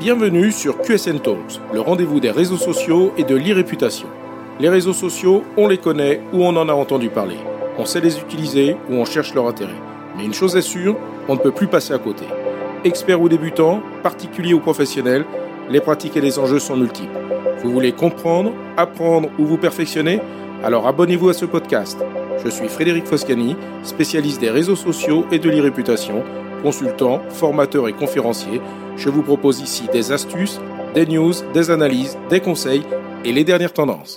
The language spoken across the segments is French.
Bienvenue sur QSN Talks, le rendez-vous des réseaux sociaux et de l'e-réputation. Les réseaux sociaux, on les connaît ou on en a entendu parler. On sait les utiliser ou on cherche leur intérêt. Mais une chose est sûre, on ne peut plus passer à côté. Experts ou débutants, particuliers ou professionnels, les pratiques et les enjeux sont multiples. Vous voulez comprendre, apprendre ou vous perfectionner ? Alors abonnez-vous à ce podcast. Je suis Frédéric Foscani, spécialiste des réseaux sociaux et de l'e-réputation, consultant, formateur et conférencier. Je vous propose ici des astuces, des news, des analyses, des conseils et les dernières tendances.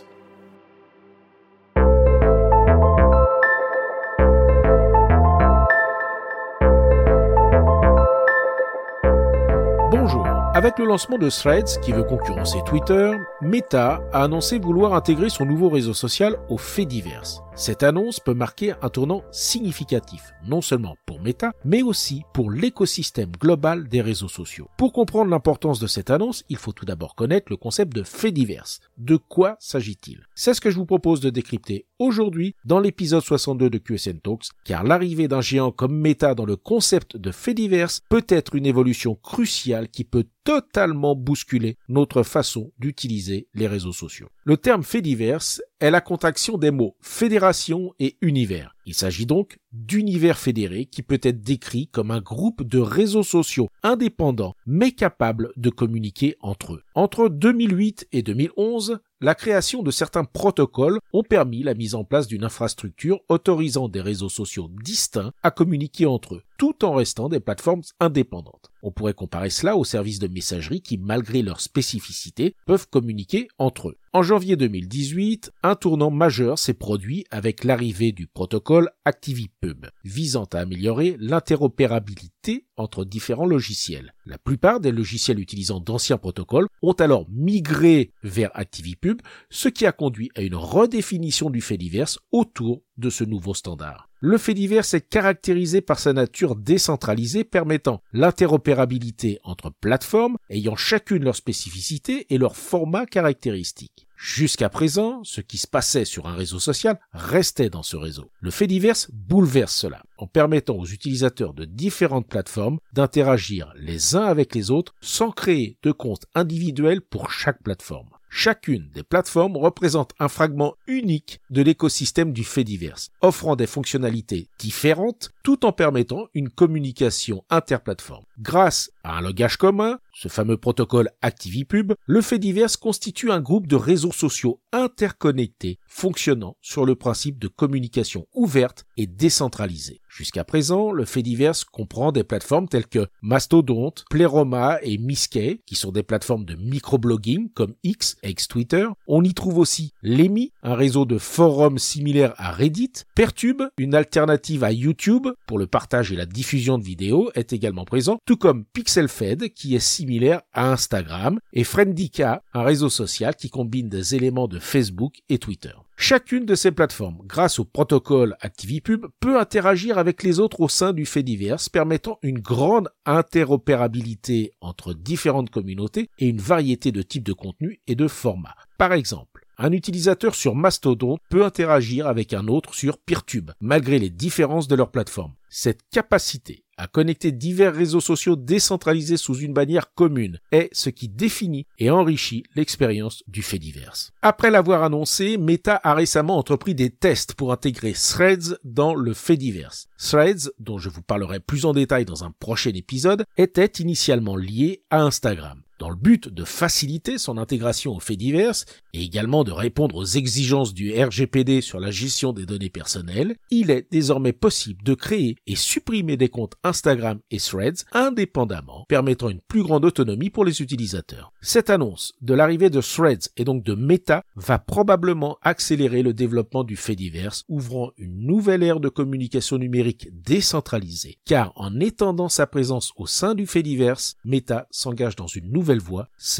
Bonjour. Avec le lancement de Threads, qui veut concurrencer Twitter, Meta a annoncé vouloir intégrer son nouveau réseau social aux faits divers. Cette annonce peut marquer un tournant significatif, non seulement pour Meta, mais aussi pour l'écosystème global des réseaux sociaux. Pour comprendre l'importance de cette annonce, il faut tout d'abord connaître le concept de faits divers. De quoi s'agit-il ? C'est ce que je vous propose de décrypter aujourd'hui dans l'épisode 62 de QSN Talks, car l'arrivée d'un géant comme Meta dans le concept de faits divers peut être une évolution cruciale qui peut totalement bousculer notre façon d'utiliser les réseaux sociaux. Le terme faits divers est la contraction des mots fédération et univers. Il s'agit donc d'univers fédéré qui peut être décrit comme un groupe de réseaux sociaux indépendants mais capables de communiquer entre eux. Entre 2008 et 2011, la création de certains protocoles ont permis la mise en place d'une infrastructure autorisant des réseaux sociaux distincts à communiquer entre eux, tout en restant des plateformes indépendantes. On pourrait comparer cela aux services de messagerie qui, malgré leurs spécificités, peuvent communiquer entre eux. En janvier 2018, un tournant majeur s'est produit avec l'arrivée du protocole ActiviPub, visant à améliorer l'interopérabilité entre différents logiciels. La plupart des logiciels utilisant d'anciens protocoles ont alors migré vers ActiviPub, ce qui a conduit à une redéfinition du fait divers autour de ce nouveau standard. Le fait divers est caractérisé par sa nature décentralisée permettant l'interopérabilité entre plateformes ayant chacune leur spécificité et leur format caractéristique. Jusqu'à présent, ce qui se passait sur un réseau social restait dans ce réseau. Le fait divers bouleverse cela, en permettant aux utilisateurs de différentes plateformes d'interagir les uns avec les autres sans créer de compte individuel pour chaque plateforme. Chacune des plateformes représente un fragment unique de l'écosystème du fait divers, offrant des fonctionnalités différentes tout en permettant une communication interplateforme. Grâce à un langage commun, ce fameux protocole ActiviPub, le fait divers constitue un groupe de réseaux sociaux interconnectés fonctionnant sur le principe de communication ouverte et décentralisée. Jusqu'à présent, le fait divers comprend des plateformes telles que Mastodon, Pleroma et Misskey, qui sont des plateformes de microblogging comme X, ex-Twitter. On y trouve aussi Lemmy, un réseau de forums similaire à Reddit. Pertube, une alternative à YouTube pour le partage et la diffusion de vidéos, est également présent, tout comme PixelFed, qui est similaire à Instagram, et Friendica, un réseau social qui combine des éléments de Facebook et Twitter. Chacune de ces plateformes, grâce au protocole ActiviPub, peut interagir avec les autres au sein du fait divers, permettant une grande interopérabilité entre différentes communautés et une variété de types de contenus et de formats. Par exemple, un utilisateur sur Mastodon peut interagir avec un autre sur Peertube, malgré les différences de leur plateforme. Cette capacité à connecter divers réseaux sociaux décentralisés sous une bannière commune est ce qui définit et enrichit l'expérience du fait divers. Après l'avoir annoncé, Meta a récemment entrepris des tests pour intégrer Threads dans le fait divers. Threads, dont je vous parlerai plus en détail dans un prochain épisode, était initialement lié à Instagram. Dans le but de faciliter son intégration aux faits divers et également de répondre aux exigences du RGPD sur la gestion des données personnelles, il est désormais possible de créer et supprimer des comptes Instagram et Threads indépendamment, permettant une plus grande autonomie pour les utilisateurs. Cette annonce de l'arrivée de Threads et donc de Meta va probablement accélérer le développement du fait divers, ouvrant une nouvelle ère de communication numérique décentralisée, car en étendant sa présence au sein du fait divers, Meta s'engage dans une nouvelle voie, celle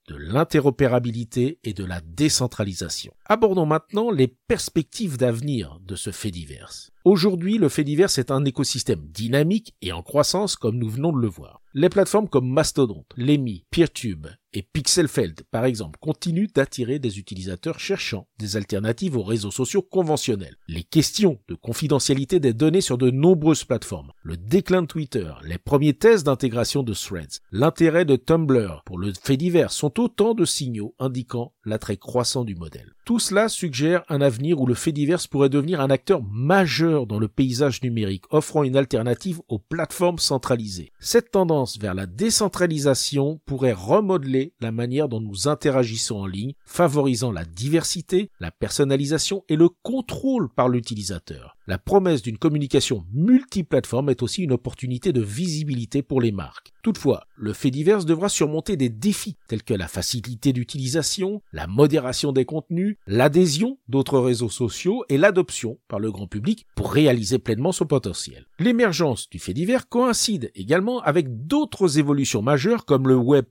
de l'interopérabilité et de la décentralisation. Abordons maintenant les perspectives d'avenir de ce fait divers. Aujourd'hui, le fait divers est un écosystème dynamique et en croissance comme nous venons de le voir. Les plateformes comme Mastodon, Lemmy, Peertube et Pixelfeld, par exemple, continuent d'attirer des utilisateurs cherchant des alternatives aux réseaux sociaux conventionnels. Les questions de confidentialité des données sur de nombreuses plateformes, le déclin de Twitter, les premiers tests d'intégration de Threads, l'intérêt de Tumblr pour le fait divers sont autant de signaux indiquant l'attrait croissant du modèle. Tout cela suggère un avenir où le fait divers pourrait devenir un acteur majeur dans le paysage numérique, offrant une alternative aux plateformes centralisées. Cette tendance vers la décentralisation pourrait remodeler la manière dont nous interagissons en ligne, favorisant la diversité, la personnalisation et le contrôle par l'utilisateur. La promesse d'une communication multiplateforme est aussi une opportunité de visibilité pour les marques. Toutefois, le fait divers devra surmonter des défis tels que la facilité d'utilisation, la modération des contenus, l'adhésion d'autres réseaux sociaux et l'adoption par le grand public pour réaliser pleinement son potentiel. L'émergence du fait divers coïncide également avec d'autres évolutions majeures comme le Web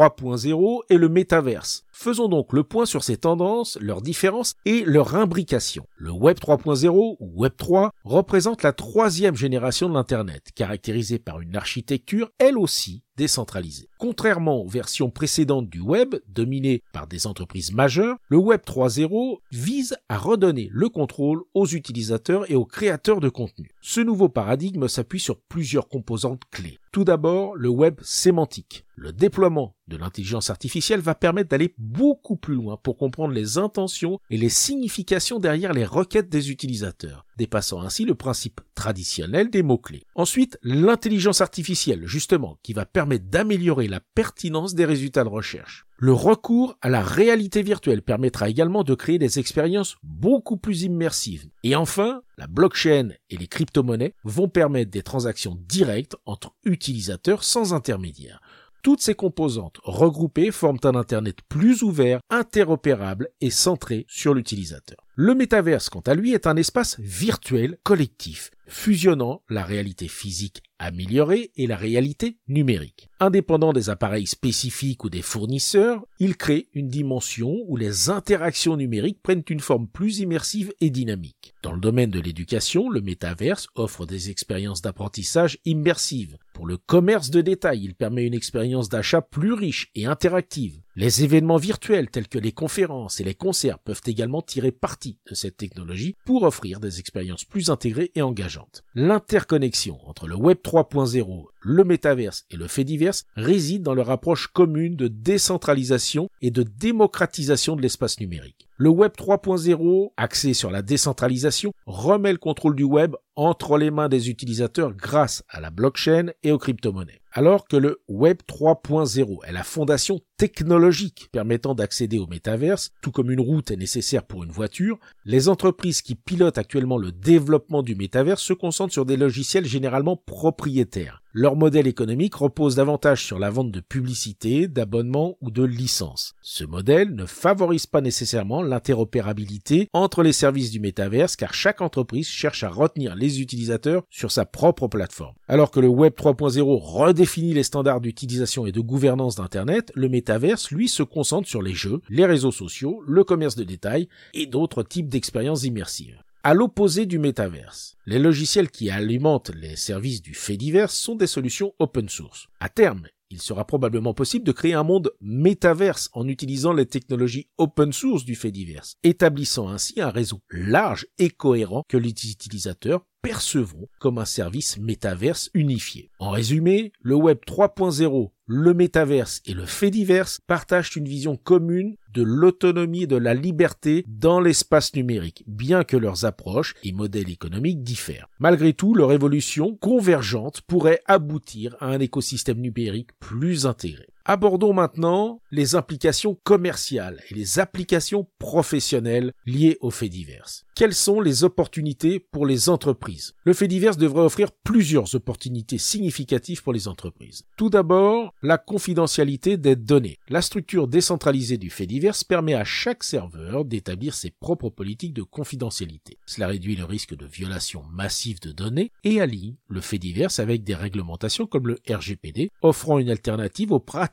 3.0 et le métaverse. Faisons donc le point sur ces tendances, leurs différences et leur imbrication. Le Web 3.0 ou Web 3 représente la troisième génération de l'Internet, caractérisée par une architecture elle aussi décentralisée. Contrairement aux versions précédentes du Web, dominées par des entreprises majeures, le Web 3.0 vise à redonner le contrôle aux utilisateurs et aux créateurs de contenu. Ce nouveau paradigme s'appuie sur plusieurs composantes clés. Tout d'abord, le web sémantique. Le déploiement de l'intelligence artificielle va permettre d'aller beaucoup plus loin pour comprendre les intentions et les significations derrière les requêtes des utilisateurs, dépassant ainsi le principe traditionnel des mots-clés. Ensuite, l'intelligence artificielle, justement, qui va permettre d'améliorer la pertinence des résultats de recherche. Le recours à la réalité virtuelle permettra également de créer des expériences beaucoup plus immersives. Et enfin, la blockchain et les crypto-monnaies vont permettre des transactions directes entre utilisateurs sans intermédiaire. Toutes ces composantes regroupées forment un Internet plus ouvert, interopérable et centré sur l'utilisateur. Le métaverse, quant à lui, est un espace virtuel collectif, fusionnant la réalité physique améliorée et la réalité numérique. Indépendant des appareils spécifiques ou des fournisseurs, il crée une dimension où les interactions numériques prennent une forme plus immersive et dynamique. Dans le domaine de l'éducation, le métaverse offre des expériences d'apprentissage immersives. Pour le commerce de détail, il permet une expérience d'achat plus riche et interactive. Les événements virtuels tels que les conférences et les concerts peuvent également tirer parti de cette technologie pour offrir des expériences plus intégrées et engageantes. L'interconnexion entre le Web 3.0, le métaverse et le fait divers réside dans leur approche commune de décentralisation et de démocratisation de l'espace numérique. Le Web 3.0, axé sur la décentralisation, remet le contrôle du web entre les mains des utilisateurs grâce à la blockchain et aux crypto-monnaies. Alors que le Web 3.0 est la fondation technologique permettant d'accéder au métaverse, tout comme une route est nécessaire pour une voiture, les entreprises qui pilotent actuellement le développement du métaverse se concentrent sur des logiciels généralement propriétaires. Leur modèle économique repose davantage sur la vente de publicité, d'abonnements ou de licences. Ce modèle ne favorise pas nécessairement l'interopérabilité entre les services du métaverse car chaque entreprise cherche à retenir les utilisateurs sur sa propre plateforme. Alors que le Web 3.0 redéfinit les standards d'utilisation et de gouvernance d'Internet, le métaverse, lui, se concentre sur les jeux, les réseaux sociaux, le commerce de détail et d'autres types d'expériences immersives. À l'opposé du métaverse, les logiciels qui alimentent les services du fait divers sont des solutions open source. À terme, il sera probablement possible de créer un monde métaverse en utilisant les technologies open source du fait divers, établissant ainsi un réseau large et cohérent que les utilisateurs percevront comme un service métaverse unifié. En résumé, le Web 3.0, le métaverse et le fait divers partagent une vision commune de l'autonomie et de la liberté dans l'espace numérique, bien que leurs approches et modèles économiques diffèrent. Malgré tout, leur évolution convergente pourrait aboutir à un écosystème numérique plus intégré. Abordons maintenant les implications commerciales et les applications professionnelles liées aux faits divers. Quelles sont les opportunités pour les entreprises ? Le fait divers devrait offrir plusieurs opportunités significatives pour les entreprises. Tout d'abord, la confidentialité des données. La structure décentralisée du fait divers permet à chaque serveur d'établir ses propres politiques de confidentialité. Cela réduit le risque de violation massive de données et aligne le fait divers avec des réglementations comme le RGPD, offrant une alternative aux pratiques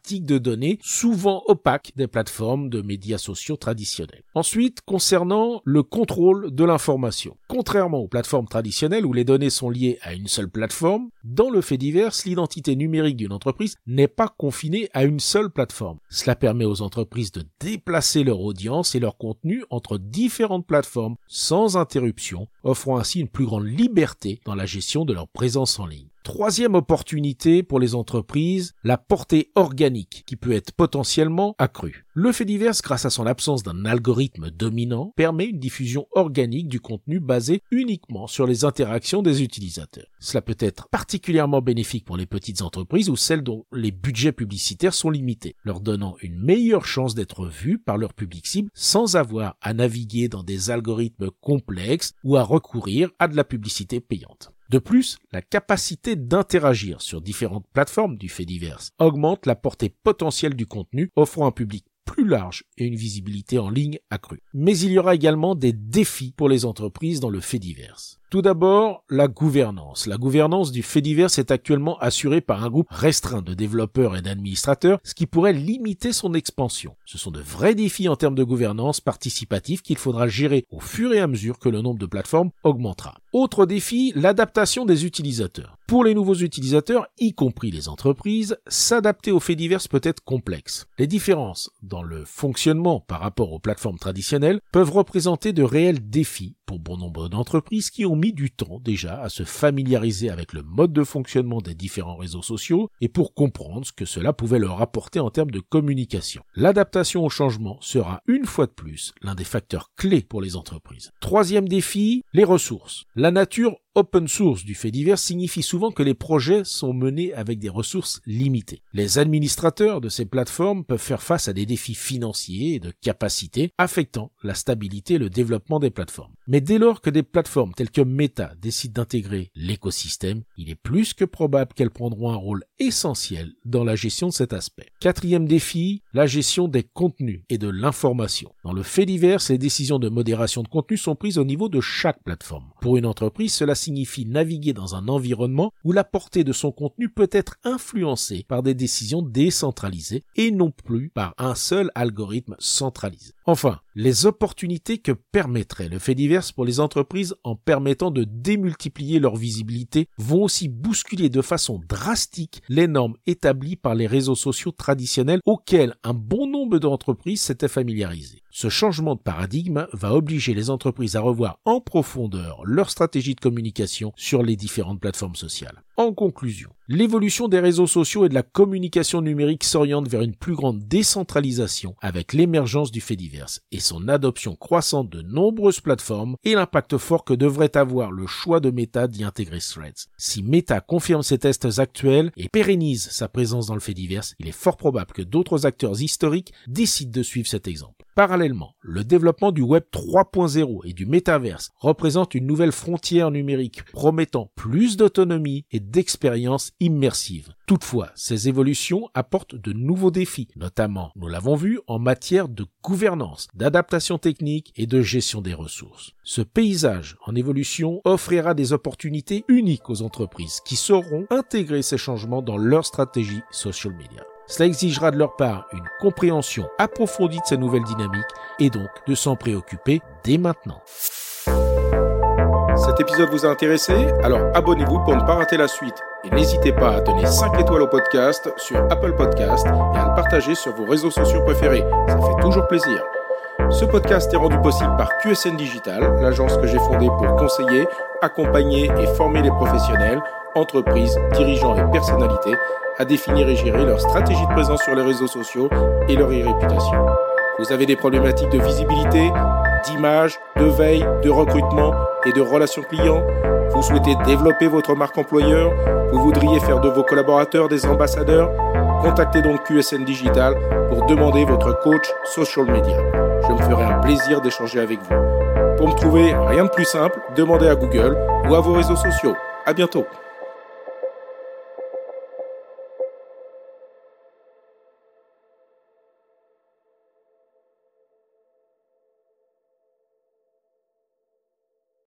pratique de données souvent opaques des plateformes de médias sociaux traditionnelles. Ensuite, concernant le contrôle de l'information. Contrairement aux plateformes traditionnelles où les données sont liées à une seule plateforme, dans le fait divers, l'identité numérique d'une entreprise n'est pas confinée à une seule plateforme. Cela permet aux entreprises de déplacer leur audience et leur contenu entre différentes plateformes sans interruption, offrant ainsi une plus grande liberté dans la gestion de leur présence en ligne. Troisième opportunité pour les entreprises, la portée organique qui peut être potentiellement accrue. Le fait divers, grâce à son absence d'un algorithme dominant, permet une diffusion organique du contenu basé uniquement sur les interactions des utilisateurs. Cela peut être particulièrement bénéfique pour les petites entreprises ou celles dont les budgets publicitaires sont limités, leur donnant une meilleure chance d'être vues par leur public cible sans avoir à naviguer dans des algorithmes complexes ou à recourir à de la publicité payante. De plus, la capacité d'interagir sur différentes plateformes du fait divers augmente la portée potentielle du contenu, offrant un public plus large et une visibilité en ligne accrue. Mais il y aura également des défis pour les entreprises dans le fait divers. Tout d'abord, la gouvernance. La gouvernance du fait divers est actuellement assurée par un groupe restreint de développeurs et d'administrateurs, ce qui pourrait limiter son expansion. Ce sont de vrais défis en termes de gouvernance participative qu'il faudra gérer au fur et à mesure que le nombre de plateformes augmentera. Autre défi, l'adaptation des utilisateurs. Pour les nouveaux utilisateurs, y compris les entreprises, s'adapter au fait divers peut être complexe. Les différences dans le fonctionnement par rapport aux plateformes traditionnelles peuvent représenter de réels défis pour bon nombre d'entreprises qui ont mis du temps déjà à se familiariser avec le mode de fonctionnement des différents réseaux sociaux et pour comprendre ce que cela pouvait leur apporter en termes de communication. L'adaptation au changement sera une fois de plus l'un des facteurs clés pour les entreprises. Troisième défi, les ressources. La nature open source du fait divers signifie souvent que les projets sont menés avec des ressources limitées. Les administrateurs de ces plateformes peuvent faire face à des défis financiers et de capacité affectant la stabilité et le développement des plateformes. Mais dès lors que des plateformes telles que Meta décident d'intégrer l'écosystème, il est plus que probable qu'elles prendront un rôle essentiel dans la gestion de cet aspect. Quatrième défi, la gestion des contenus et de l'information. Dans le fait divers, les décisions de modération de contenu sont prises au niveau de chaque plateforme. Pour une entreprise, cela signifie naviguer dans un environnement où la portée de son contenu peut être influencée par des décisions décentralisées et non plus par un seul algorithme centralisé. Enfin, les opportunités que permettrait le fait divers pour les entreprises en permettant de démultiplier leur visibilité vont aussi bousculer de façon drastique les normes établies par les réseaux sociaux traditionnels auxquels un bon nombre d'entreprises s'étaient familiarisées. Ce changement de paradigme va obliger les entreprises à revoir en profondeur leur stratégie de communication sur les différentes plateformes sociales. En conclusion, l'évolution des réseaux sociaux et de la communication numérique s'oriente vers une plus grande décentralisation avec l'émergence du fait divers et son adoption croissante de nombreuses plateformes et l'impact fort que devrait avoir le choix de Meta d'y intégrer Threads. Si Meta confirme ses tests actuels et pérennise sa présence dans le fait divers, il est fort probable que d'autres acteurs historiques décident de suivre cet exemple. Parallèlement, le développement du Web 3.0 et du métaverse représente une nouvelle frontière numérique promettant plus d'autonomie et d'expérience immersive. Toutefois, ces évolutions apportent de nouveaux défis, notamment, nous l'avons vu, en matière de gouvernance, d'adaptation technique et de gestion des ressources. Ce paysage en évolution offrira des opportunités uniques aux entreprises qui sauront intégrer ces changements dans leur stratégie social media. Cela exigera de leur part une compréhension approfondie de ces nouvelles dynamiques et donc de s'en préoccuper dès maintenant. Cet épisode vous a intéressé? Alors abonnez-vous pour ne pas rater la suite. Et n'hésitez pas à donner 5 étoiles au podcast sur Apple Podcast et à le partager sur vos réseaux sociaux préférés. Ça fait toujours plaisir. Ce podcast est rendu possible par QSN Digital, l'agence que j'ai fondée pour conseiller, accompagner et former les professionnels, entreprises, dirigeants et personnalités à définir et gérer leur stratégie de présence sur les réseaux sociaux et leur e-réputation. Vous avez des problématiques de visibilité, d'image, de veille, de recrutement et de relations clients? Vous souhaitez développer votre marque employeur? Vous voudriez faire de vos collaborateurs des ambassadeurs? Contactez donc QSN Digital pour demander votre coach social media. Je me ferai un plaisir d'échanger avec vous. Pour me trouver, rien de plus simple, demandez à Google ou à vos réseaux sociaux. À bientôt.